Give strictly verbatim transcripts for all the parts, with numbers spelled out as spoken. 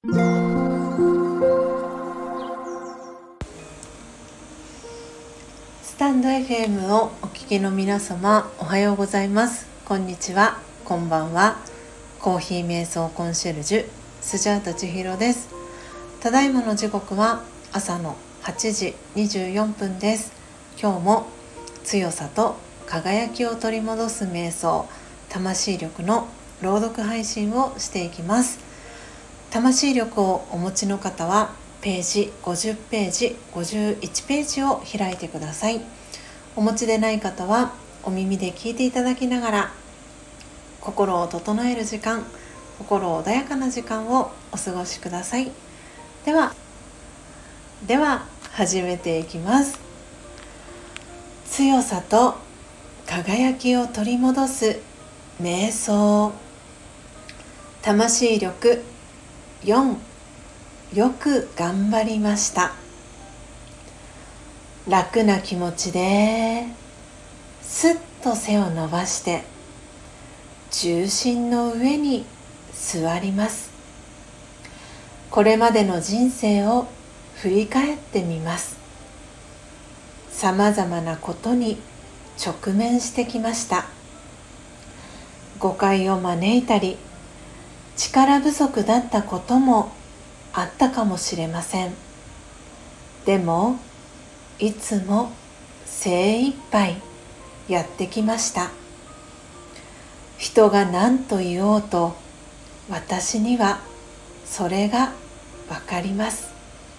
スタンド エフエム をお聞きの皆様、おはようございます。こんにちは、こんばんは。コーヒー瞑想コンシェルジュスジャータ千尋です。ただいまの時刻は朝のはちじにじゅうよんぷんです。今日も強さと輝きを取り戻す瞑想、魂力の朗読配信をしていきます。魂力をお持ちの方はページごじゅっページ、ごじゅういちページを開いてください。お持ちでない方はお耳で聞いていただきながら、心を整える時間、心穏やかな時間をお過ごしください。ではでは始めていきます。強さと輝きを取り戻す瞑想、魂力よん、よく頑張りました。楽な気持ちで、すっと背を伸ばして、重心の上に座ります。これまでの人生を振り返ってみます。さまざまなことに直面してきました。誤解を招いたり、力不足だったこともあったかもしれません。でも、いつも精一杯やってきました。人が何と言おうと、私にはそれがわかります。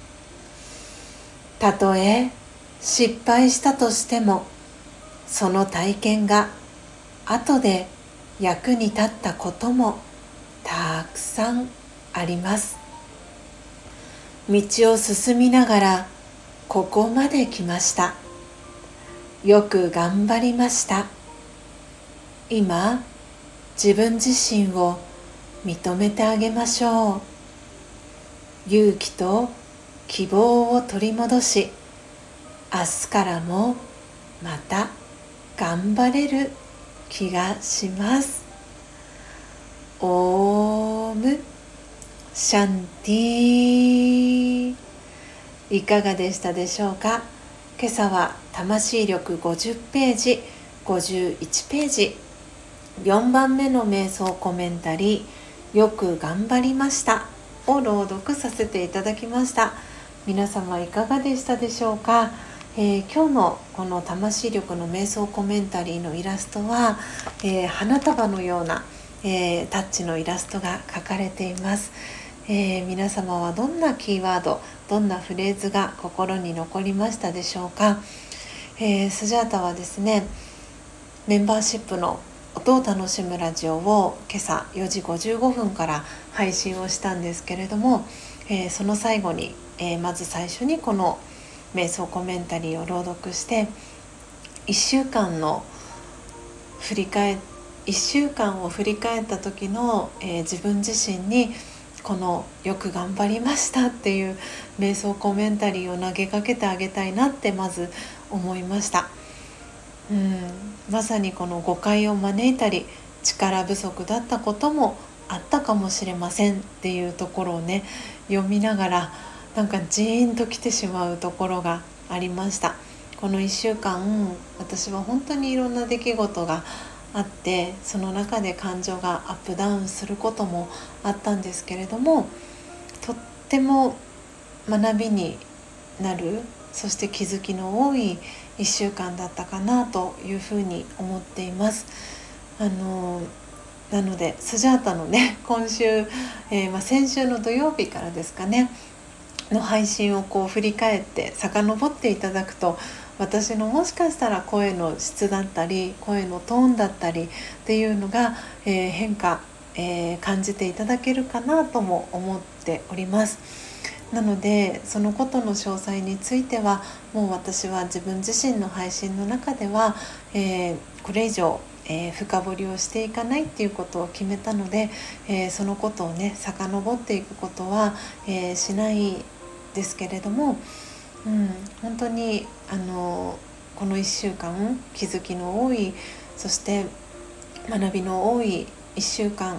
たとえ失敗したとしても、その体験が後で役に立ったこともたくさんあります。道を進みながらここまで来ました。よく頑張りました。今、自分自身を認めてあげましょう。勇気と希望を取り戻し、明日からもまた頑張れる気がします。オームシャンティ。いかがでしたでしょうか。今朝は魂力ごじゅっページ、ごじゅういちページ、よんばんめの瞑想コメンタリー、よく頑張りましたを朗読させていただきました。皆様いかがでしたでしょうか。えー、今日のこの魂力の瞑想コメンタリーのイラストは、えー、花束のような、えー、タッチのイラストが描かれています。えー、皆様はどんなキーワード、どんなフレーズが心に残りましたでしょうか。えー、スジャータはですね、メンバーシップの音を楽しむラジオを今朝よじごじゅうごふんから配信をしたんですけれども、えー、その最後に、えー、まず最初にこの瞑想コメンタリーを朗読して、いっしゅうかんの振り返いっしゅうかんを振り返った時の、えー、自分自身にこのよく頑張りましたっていう瞑想コメンタリーを投げかけてあげたいなってまず思いました。うん、まさにこの誤解を招いたり、力不足だったこともあったかもしれませんっていうところをね、読みながらなんかジーンときてしまうところがありました。このいっしゅうかん、私は本当にいろんな出来事があって、その中で感情がアップダウンすることもあったんですけれども、とっても学びになる、そして気づきの多いいっしゅうかんだったかなというふうに思っています。あのなのでスジャータのね、今週、えーまあ、先週の土曜日からですかねの配信をこう振り返って遡っていただくと、私のもしかしたら声の質だったり声のトーンだったりっていうのが、えー、変化、えー、感じていただけるかなとも思っております。なのでそのことの詳細についてはもう私は自分自身の配信の中では、えー、これ以上、えー、深掘りをしていかないっていうことを決めたので、えー、そのことをね遡っていくことは、えー、しないですけれども、うん、本当にあのこのいっしゅうかん気づきの多い、そして学びの多いいっしゅうかん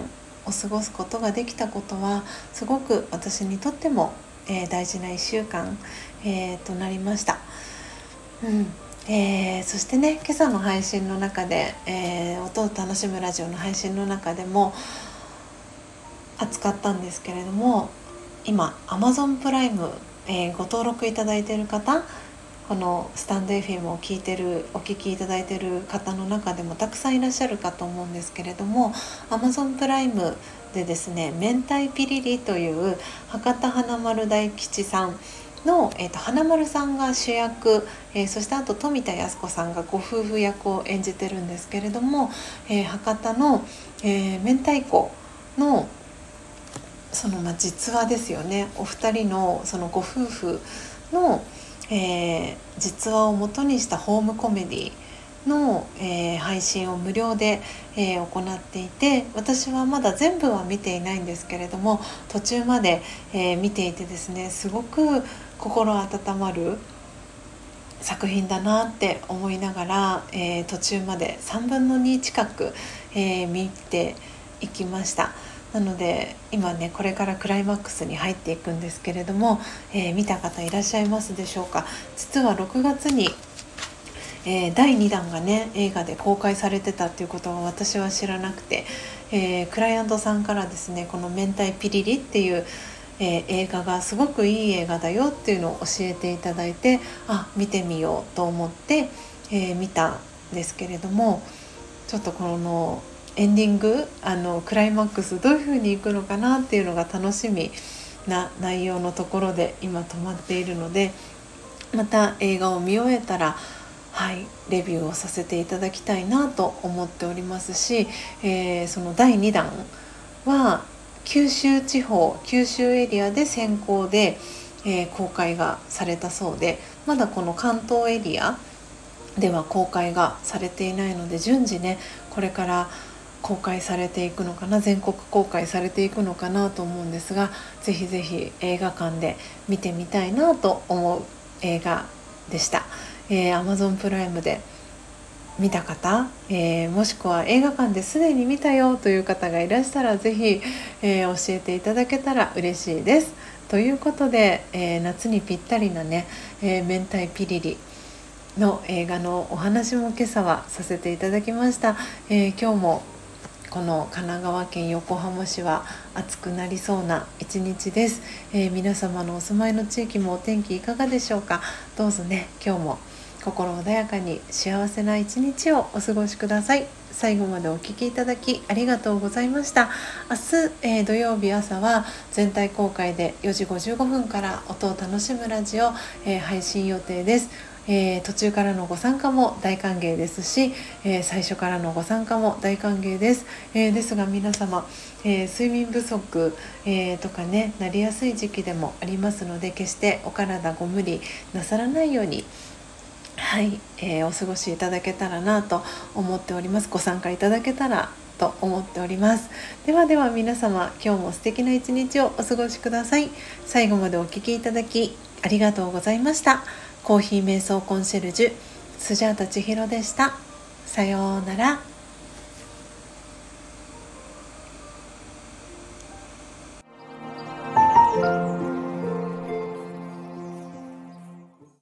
を過ごすことができたことはすごく私にとっても、えー、大事ないっしゅうかん、えー、となりました。うんえー、そしてね、今朝の配信の中で、えー、音を楽しむラジオの配信の中でも扱ったんですけれども、今 Amazon プライム、えー、ご登録いただいている方、このスタンド エフエム を聞いてるお聞きいただいている方の中でもたくさんいらっしゃるかと思うんですけれども、 Amazon プライムでですね、明太ピリリという博多華丸大吉さんの、えー、と花丸さんが主役、えー、そしてあと富田靖子さんがご夫婦役を演じてるんですけれども、えー、博多の、えー、明太子のそのまあ実話ですよね。お二人のそのご夫婦の、えー、実話を元にしたホームコメディの、えー、配信を無料で、えー、行っていて、私はまだ全部は見ていないんですけれども、途中まで、えー、見ていてですね、すごく心温まる作品だなって思いながら、えー、途中までさんぶんのに近く、えー、見ていきました。なので今ね、これからクライマックスに入っていくんですけれども、えー、見た方いらっしゃいますでしょうか。実はろくがつに、えー、だいにだんがね映画で公開されてたっていうことは私は知らなくて、えー、クライアントさんからですね、この明太ピリリっていうえー、映画がすごくいい映画だよっていうのを教えていただいて、あ、見てみようと思って、えー、見たんですけれども、ちょっとこのエンディング、あのクライマックスどういう風にいくのかなっていうのが楽しみな内容のところで今止まっているので、また映画を見終えたら、はい、レビューをさせていただきたいなと思っておりますし、えー、そのだいにだんは九州地方、九州エリアで先行で、えー、公開がされたそうで、まだこの関東エリアでは公開がされていないので、順次ねこれから公開されていくのかな、全国公開されていくのかなと思うんですが、ぜひぜひ映画館で見てみたいなと思う映画でした。えー、Amazon プライムで見た方、えー、もしくは映画館ですでに見たよという方がいらしたら、ぜひ、えー、教えていただけたら嬉しいです。ということで、えー、夏にぴったりなね、えー、明太ピリリの映画のお話も今朝はさせていただきました。えー、今日もこの神奈川県横浜市は暑くなりそうな一日です。えー、皆様のお住まいの地域もお天気いかがでしょうか。どうぞね、今日も心穏やかに幸せな一日をお過ごしください。最後までお聞きいただきありがとうございました。明日、えー、土曜日朝は全体公開でよじごじゅうごふんから音を楽しむラジオ、えー、配信予定です。えー、途中からのご参加も大歓迎ですし、えー、最初からのご参加も大歓迎です。えー、ですが皆様、えー、睡眠不足、えー、とかねなりやすい時期でもありますので、決してお体ご無理なさらないように、はい、えー、お過ごしいただけたらなと思っております。ご参加いただけたらと思っております。ではでは皆様、今日も素敵な一日をお過ごしください。最後までお聞きいただきありがとうございました。コーヒー瞑想コンシェルジュスジャータ千尋でした。さようなら。